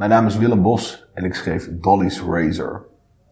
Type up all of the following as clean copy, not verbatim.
Mijn naam is Willem Bos en ik schreef Dolly's Razor.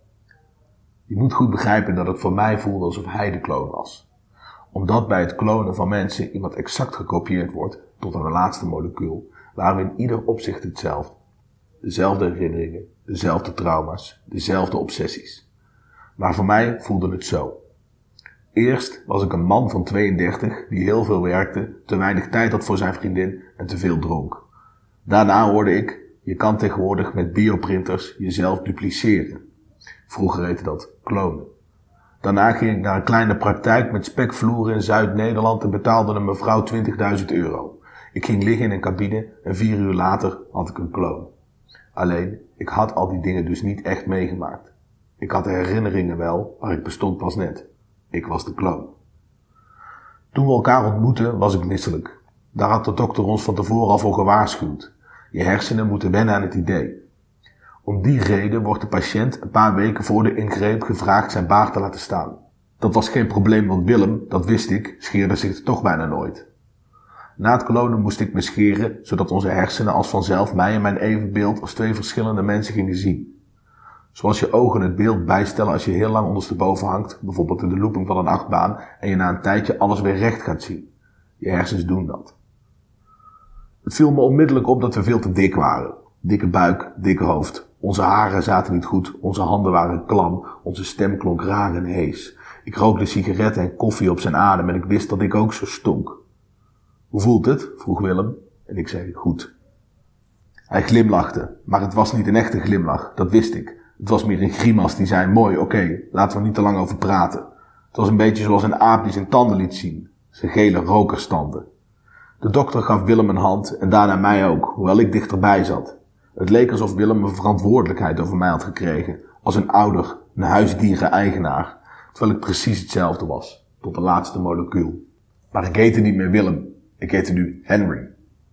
Je moet goed begrijpen dat het voor mij voelde alsof hij de kloon was. Omdat bij het klonen van mensen iemand exact gekopieerd wordt tot aan de laatste molecuul, waren we in ieder opzicht hetzelfde. Dezelfde herinneringen, dezelfde trauma's, dezelfde obsessies. Maar voor mij voelde het zo. Eerst was ik een man van 32 die heel veel werkte, te weinig tijd had voor zijn vriendin en te veel dronk. Daarna hoorde ik, je kan tegenwoordig met bioprinters jezelf dupliceren. Vroeger heette dat klonen. Daarna ging ik naar een kleine praktijk met spekvloeren in Zuid-Nederland en betaalde een mevrouw €20.000. Ik ging liggen in een cabine en 4 uur later had ik een kloon. Alleen, ik had al die dingen dus niet echt meegemaakt. Ik had de herinneringen wel, maar ik bestond pas net. Ik was de kloon. Toen we elkaar ontmoetten was ik misselijk. Daar had de dokter ons van tevoren al voor gewaarschuwd. Je hersenen moeten wennen aan het idee. Om die reden wordt de patiënt een paar weken voor de ingreep gevraagd zijn baard te laten staan. Dat was geen probleem, want Willem, dat wist ik, scheerde zich toch bijna nooit. Na het klonen moest ik me scheren, zodat onze hersenen als vanzelf mij en mijn evenbeeld als 2 verschillende mensen gingen zien. Zoals je ogen het beeld bijstellen als je heel lang ondersteboven hangt, bijvoorbeeld in de looping van een achtbaan, en je na een tijdje alles weer recht gaat zien. Je hersens doen dat. Het viel me onmiddellijk op dat we veel te dik waren. Dikke buik, dikke hoofd. Onze haren zaten niet goed, onze handen waren klam, onze stem klonk raar en hees. Ik rookte sigaretten en koffie op zijn adem en ik wist dat ik ook zo stonk. Hoe voelt het? Vroeg Willem en ik zei goed. Hij glimlachte, maar het was niet een echte glimlach, dat wist ik. Het was meer een grimas die zei, mooi, oké, laten we niet te lang over praten. Het was een beetje zoals een aap die zijn tanden liet zien, zijn gele rokerstanden. De dokter gaf Willem een hand en daarna mij ook, hoewel ik dichterbij zat. Het leek alsof Willem een verantwoordelijkheid over mij had gekregen, als een ouder, een huisdieren-eigenaar, terwijl ik precies hetzelfde was, tot de laatste molecuul. Maar ik heette niet meer Willem, ik heette nu Henry.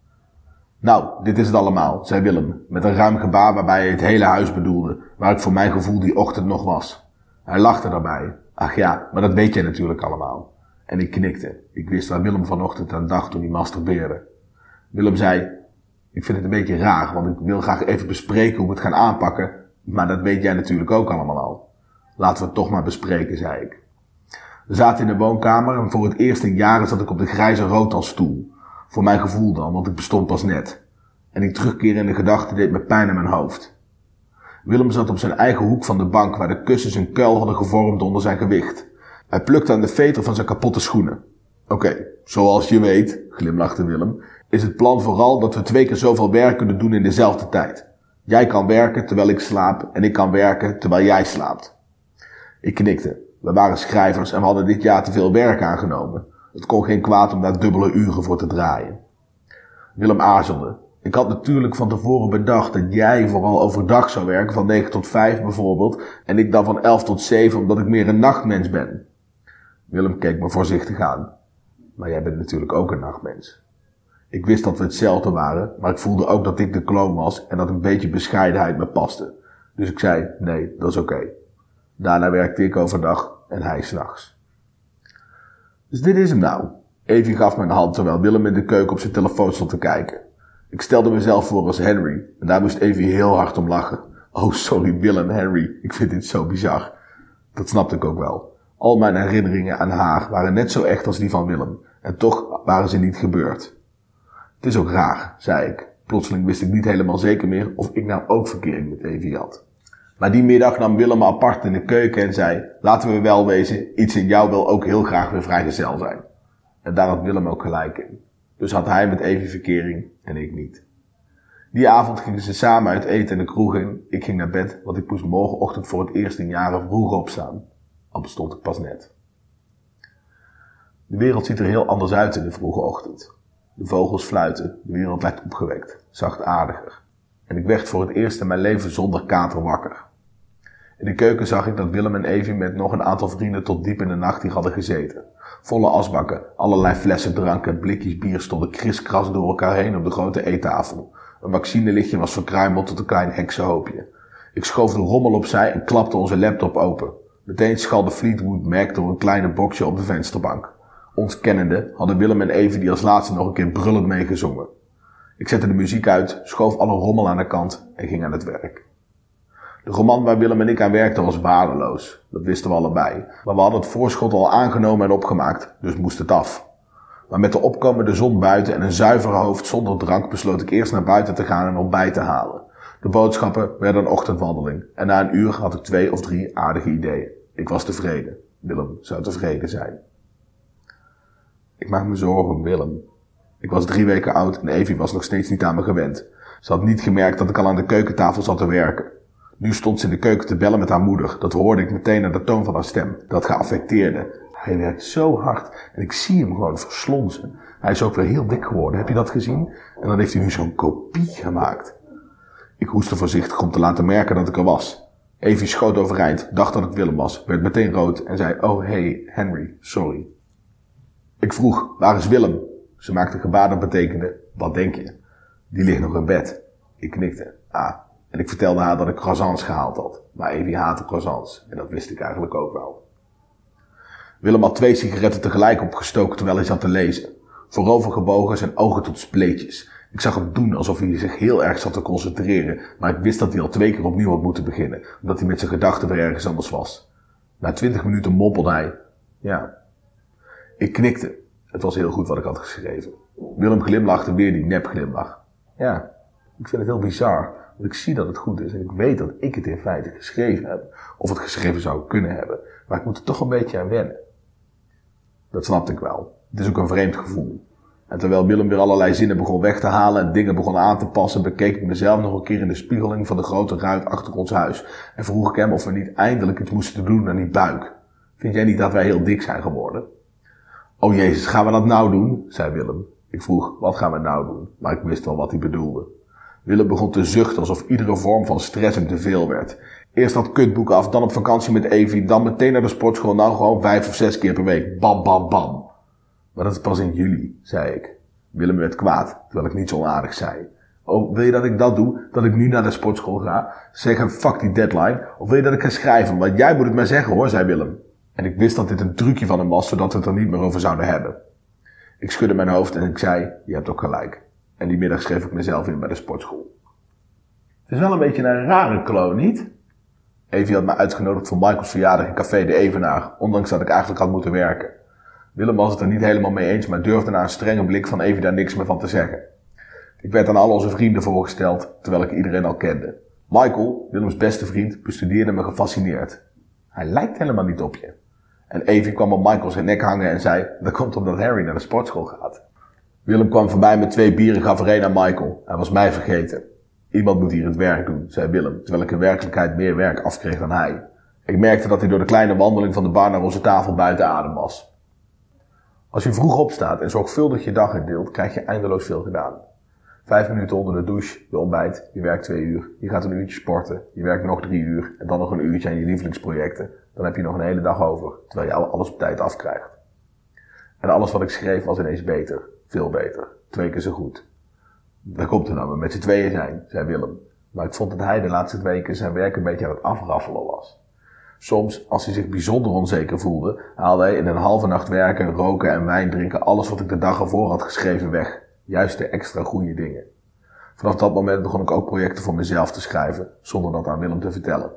Nou, dit is het allemaal, zei Willem, met een ruim gebaar waarbij hij het hele huis bedoelde, waar ik voor mijn gevoel die ochtend nog was. Hij lachte daarbij. Ach ja, maar dat weet jij natuurlijk allemaal. En ik knikte. Ik wist waar Willem vanochtend aan dacht toen hij masturbeerde. Willem zei, ik vind het een beetje raar, want ik wil graag even bespreken hoe we het gaan aanpakken, maar dat weet jij natuurlijk ook allemaal al. Laten we het toch maar bespreken, zei ik. We zaten in de woonkamer en voor het eerst in jaren zat ik op de grijze rotanstoel. Voor mijn gevoel dan, want ik bestond pas net. En die terugkeer in de gedachte deed me pijn in mijn hoofd. Willem zat op zijn eigen hoek van de bank waar de kussens een kuil hadden gevormd onder zijn gewicht. Hij plukte aan de veter van zijn kapotte schoenen. Oké, zoals je weet, glimlachte Willem, is het plan vooral dat we 2 keer zoveel werk kunnen doen in dezelfde tijd. Jij kan werken terwijl ik slaap en ik kan werken terwijl jij slaapt. Ik knikte. We waren schrijvers en we hadden dit jaar te veel werk aangenomen. Het kon geen kwaad om daar dubbele uren voor te draaien. Willem aarzelde. Ik had natuurlijk van tevoren bedacht dat jij vooral overdag zou werken, van 9 tot 5 bijvoorbeeld, en ik dan van 11 tot 7 omdat ik meer een nachtmens ben. Willem keek me voorzichtig aan. Maar jij bent natuurlijk ook een nachtmens. Ik wist dat we hetzelfde waren, maar ik voelde ook dat ik de kloon was en dat een beetje bescheidenheid me paste. Dus ik zei, nee, dat is oké. Daarna werkte ik overdag en hij 's nachts. Dus dit is hem nou. Evie gaf me een hand terwijl Willem in de keuken op zijn telefoon stond te kijken. Ik stelde mezelf voor als Henry en daar moest Evie heel hard om lachen. Oh, sorry Willem, Henry, ik vind dit zo bizar. Dat snapte ik ook wel. Al mijn herinneringen aan haar waren net zo echt als die van Willem en toch waren ze niet gebeurd. Het is ook raar, zei ik. Plotseling wist ik niet helemaal zeker meer of ik nou ook verkering met Evie had. Maar die middag nam Willem me apart in de keuken en zei, laten we wel wezen, iets in jou wil ook heel graag weer vrijgezel zijn. En daar had Willem ook gelijk in. Dus had hij met Evie verkering en ik niet. Die avond gingen ze samen uit eten in de kroeg in. Ik ging naar bed, want ik moest morgenochtend voor het eerst in jaren vroeg opstaan. Al bestond ik pas net. De wereld ziet er heel anders uit in de vroege ochtend. De vogels fluiten, de wereld lijkt opgewekt, zachtaardiger. En ik werd voor het eerst in mijn leven zonder kater wakker. In de keuken zag ik dat Willem en Evie met nog een aantal vrienden tot diep in de nacht hier hadden gezeten. Volle asbakken, allerlei flessen drank en blikjes bier stonden kriskras door elkaar heen op de grote eettafel. Een vaccinelichtje was verkruimeld tot een klein heksenhoopje. Ik schoof de rommel opzij en klapte onze laptop open. Meteen schalde Fleetwood Mac door een kleine boxje op de vensterbank. Ons kennende hadden Willem en Evie die als laatste nog een keer brullend meegezongen. Ik zette de muziek uit, schoof alle rommel aan de kant en ging aan het werk. De roman waar Willem en ik aan werkten was waardeloos. Dat wisten we allebei. Maar we hadden het voorschot al aangenomen en opgemaakt, dus moest het af. Maar met de opkomende zon buiten en een zuiver hoofd zonder drank besloot ik eerst naar buiten te gaan en ontbijt te halen. De boodschappen werden een ochtendwandeling en na een uur had ik 2 of 3 aardige ideeën. Ik was tevreden. Willem zou tevreden zijn. Ik maak me zorgen om Willem. Ik was 3 weken oud en Evie was nog steeds niet aan me gewend. Ze had niet gemerkt dat ik al aan de keukentafel zat te werken. Nu stond ze in de keuken te bellen met haar moeder. Dat hoorde ik meteen aan de toon van haar stem. Dat geaffecteerde. Hij werkt zo hard en ik zie hem gewoon verslonzen. Hij is ook weer heel dik geworden. Heb je dat gezien? En dan heeft hij nu zo'n kopie gemaakt. Ik hoestte voorzichtig om te laten merken dat ik er was. Evie schoot overeind, dacht dat het Willem was, werd meteen rood en zei, oh hey, Henry, sorry. Ik vroeg, waar is Willem? Ze maakte een gebaar dat betekende, wat denk je? Die ligt nog in bed. Ik knikte, en ik vertelde haar dat ik croissants gehaald had. Maar Evie haatte croissants en dat wist ik eigenlijk ook wel. Willem had 2 sigaretten tegelijk opgestoken terwijl hij zat te lezen. Voorover gebogen, zijn ogen tot spleetjes. Ik zag hem doen alsof hij zich heel erg zat te concentreren, maar ik wist dat hij al 2 keer opnieuw had moeten beginnen, omdat hij met zijn gedachten weer ergens anders was. Na 20 minuten mompelde hij, ja. Ik knikte. Het was heel goed wat ik had geschreven. Willem glimlachte weer die nepglimlach. Ja, ik vind het heel bizar, want ik zie dat het goed is en ik weet dat ik het in feite geschreven heb, of het geschreven zou kunnen hebben, maar ik moet er toch een beetje aan wennen. Dat snapte ik wel. Het is ook een vreemd gevoel. En terwijl Willem weer allerlei zinnen begon weg te halen en dingen begon aan te passen, bekeek ik mezelf nog een keer in de spiegeling van de grote ruit achter ons huis. En vroeg ik hem of we niet eindelijk iets moesten doen aan die buik. Vind jij niet dat wij heel dik zijn geworden? Oh Jezus, gaan we dat nou doen? Zei Willem. Ik vroeg, wat gaan we nou doen? Maar ik wist wel wat hij bedoelde. Willem begon te zuchten alsof iedere vorm van stress hem te veel werd. Eerst dat kutboek af, dan op vakantie met Evie, dan meteen naar de sportschool, nou gewoon 5 of 6 keer per week. Bam, bam, bam. Maar dat is pas in juli, zei ik. Willem werd kwaad, terwijl ik niet zo onaardig zei. Oh, wil je dat ik dat doe? Dat ik nu naar de sportschool ga? Zeg hem fuck die deadline. Of wil je dat ik ga schrijven? Want jij moet het maar zeggen hoor, zei Willem. En ik wist dat dit een trucje van hem was, zodat we het er niet meer over zouden hebben. Ik schudde mijn hoofd en ik zei, je hebt ook gelijk. En die middag schreef ik mezelf in bij de sportschool. Het is wel een beetje een rare kloon, niet? Evie had me uitgenodigd voor Michaels verjaardag in Café de Evenaar, ondanks dat ik eigenlijk had moeten werken. Willem was het er niet helemaal mee eens, maar durfde na een strenge blik van Evie daar niks meer van te zeggen. Ik werd aan al onze vrienden voorgesteld, terwijl ik iedereen al kende. Michael, Willems beste vriend, bestudeerde me gefascineerd. Hij lijkt helemaal niet op je. En Evie kwam op Michael zijn nek hangen en zei, dat komt omdat Harry naar de sportschool gaat. Willem kwam voorbij met 2 bieren, gaf er een aan Michael. Hij was mij vergeten. Iemand moet hier het werk doen, zei Willem, terwijl ik in werkelijkheid meer werk afkreeg dan hij. Ik merkte dat hij door de kleine wandeling van de bar naar onze tafel buiten adem was. Als je vroeg opstaat en zorgvuldig je dag indeelt, krijg je eindeloos veel gedaan. 5 minuten onder de douche, je ontbijt, je werkt 2 uur, je gaat een uurtje sporten, je werkt nog 3 uur en dan nog een uurtje aan je lievelingsprojecten. Dan heb je nog een hele dag over, terwijl je alles op tijd afkrijgt. En alles wat ik schreef was ineens beter, veel beter, 2 keer zo goed. Daar komt er nou, we met z'n tweeën zijn, zei Willem. Maar ik vond dat hij de laatste weken zijn werk een beetje aan het afraffelen was. Soms, als hij zich bijzonder onzeker voelde, haalde hij in een halve nacht werken, roken en wijn drinken alles wat ik de dag ervoor had geschreven weg. Juist de extra goede dingen. Vanaf dat moment begon ik ook projecten voor mezelf te schrijven, zonder dat aan Willem te vertellen.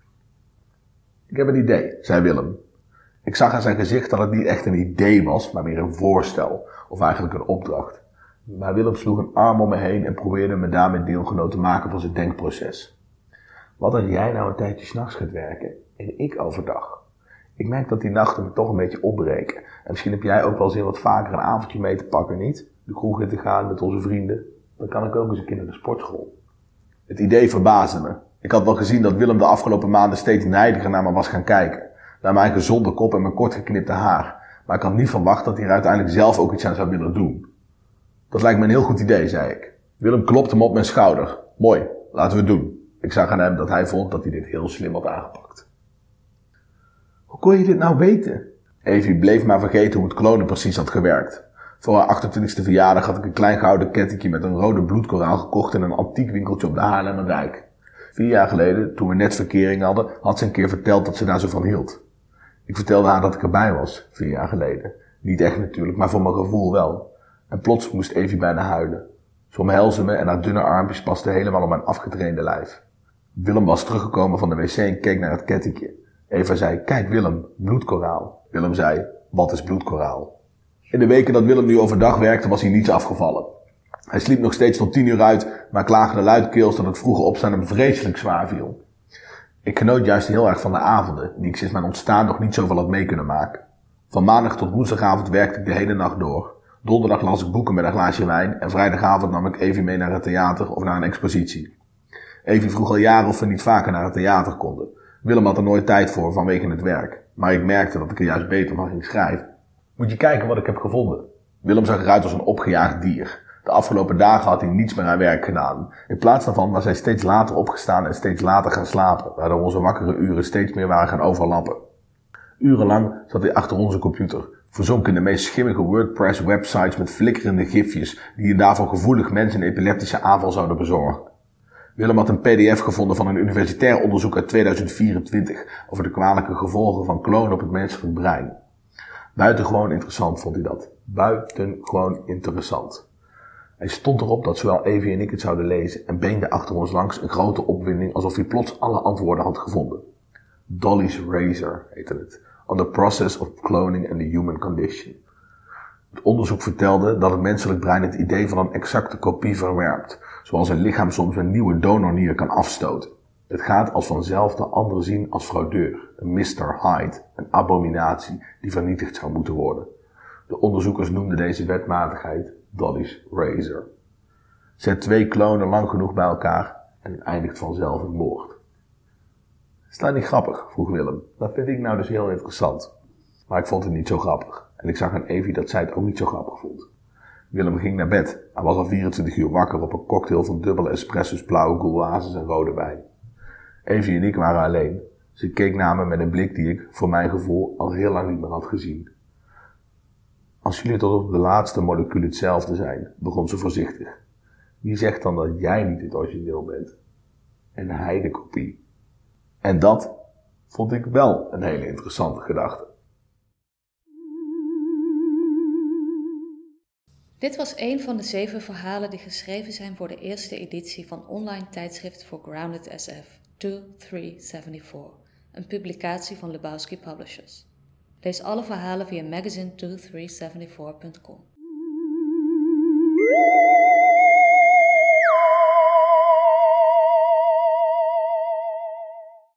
Ik heb een idee, zei Willem. Ik zag aan zijn gezicht dat het niet echt een idee was, maar meer een voorstel, of eigenlijk een opdracht. Maar Willem sloeg een arm om me heen en probeerde me daarmee deelgenoot te maken van zijn denkproces. Wat als jij nou een tijdje 's nachts gaat werken en ik overdag? Ik merk dat die nachten me toch een beetje opbreken. En misschien heb jij ook wel zin wat vaker een avondje mee te pakken, niet? De kroeg in te gaan met onze vrienden. Dan kan ik ook eens een keer naar de sportschool. Het idee verbaasde me. Ik had wel gezien dat Willem de afgelopen maanden steeds nijdiger naar me was gaan kijken. Naar mijn gezonde kop en mijn kortgeknipte haar. Maar ik had niet verwacht dat hij er uiteindelijk zelf ook iets aan zou willen doen. Dat lijkt me een heel goed idee, zei ik. Willem klopte me op mijn schouder. Mooi, laten we het doen. Ik zag aan hem dat hij vond dat hij dit heel slim had aangepakt. Hoe kon je dit nou weten? Evie bleef maar vergeten hoe het klonen precies had gewerkt. Voor haar 28e verjaardag had ik een klein gouden kettingje met een rode bloedkoraal gekocht in een antiek winkeltje op de Haarlemmerdijk. 4 jaar geleden, toen we net verkering hadden, had ze een keer verteld dat ze daar zo van hield. Ik vertelde haar dat ik erbij was, 4 jaar geleden. Niet echt natuurlijk, maar voor mijn gevoel wel. En plots moest Evie bijna huilen. Ze omhelsde me en haar dunne armpjes pasten helemaal op mijn afgetrainde lijf. Willem was teruggekomen van de wc en keek naar het kettingje. Eva zei, kijk Willem, bloedkoraal. Willem zei, wat is bloedkoraal? In de weken dat Willem nu overdag werkte was hij niets afgevallen. Hij sliep nog steeds tot 10 uur uit, maar klaagde luidkeels dat het vroege opstaan hem vreselijk zwaar viel. Ik genoot juist heel erg van de avonden, die ik sinds mijn ontstaan nog niet zoveel had mee kunnen maken. Van maandag tot woensdagavond werkte ik de hele nacht door. Donderdag las ik boeken met een glaasje wijn en vrijdagavond nam ik Evie mee naar het theater of naar een expositie. Evie vroeg al jaren of we niet vaker naar het theater konden. Willem had er nooit tijd voor vanwege het werk, maar ik merkte dat ik er juist beter van ging schrijven. Moet je kijken wat ik heb gevonden. Willem zag eruit als een opgejaagd dier. De afgelopen dagen had hij niets meer aan werk gedaan. In plaats daarvan was hij steeds later opgestaan en steeds later gaan slapen, waardoor onze wakkere uren steeds meer waren gaan overlappen. Urenlang zat hij achter onze computer, verzonken in de meest schimmige WordPress-websites met flikkerende gifjes die je daarvoor gevoelig mensen een epileptische aanval zouden bezorgen. Willem had een pdf gevonden van een universitair onderzoek uit 2024 over de kwalijke gevolgen van klonen op het menselijk brein. Buitengewoon interessant vond hij dat. Buitengewoon interessant. Hij stond erop dat zowel Evie en ik het zouden lezen en beende achter ons langs een grote opwinding alsof hij plots alle antwoorden had gevonden. Dolly's Razor heette het. On the Process of Cloning and the Human Condition. Het onderzoek vertelde dat het menselijk brein het idee van een exacte kopie verwerpt, zoals een lichaam soms een nieuwe donornier kan afstoten. Het gaat als vanzelf de ander zien als fraudeur, een Mr. Hyde, een abominatie die vernietigd zou moeten worden. De onderzoekers noemden deze wetmatigheid Dolly's Razor. Zet 2 klonen lang genoeg bij elkaar en het eindigt vanzelf in moord. Is dat niet grappig? Vroeg Willem. Dat vind ik nou dus heel interessant. Maar ik vond het niet zo grappig. En ik zag aan Evie dat zij het ook niet zo grappig vond. Willem ging naar bed. Hij was al 24 uur wakker op een cocktail van dubbele espresso's, blauwe gouazes en rode wijn. Evie en ik waren alleen. Ze keek naar me met een blik die ik, voor mijn gevoel, al heel lang niet meer had gezien. Als jullie tot op de laatste molecuul hetzelfde zijn, begon ze voorzichtig. Wie zegt dan dat jij niet het origineel bent? En hij de kopie. En dat vond ik wel een hele interessante gedachte. Dit was een van de 7 verhalen die geschreven zijn voor de eerste editie van online tijdschrift voor Grounded SF 2374, een publicatie van Lebowski Publishers. Lees alle verhalen via magazine2374.com.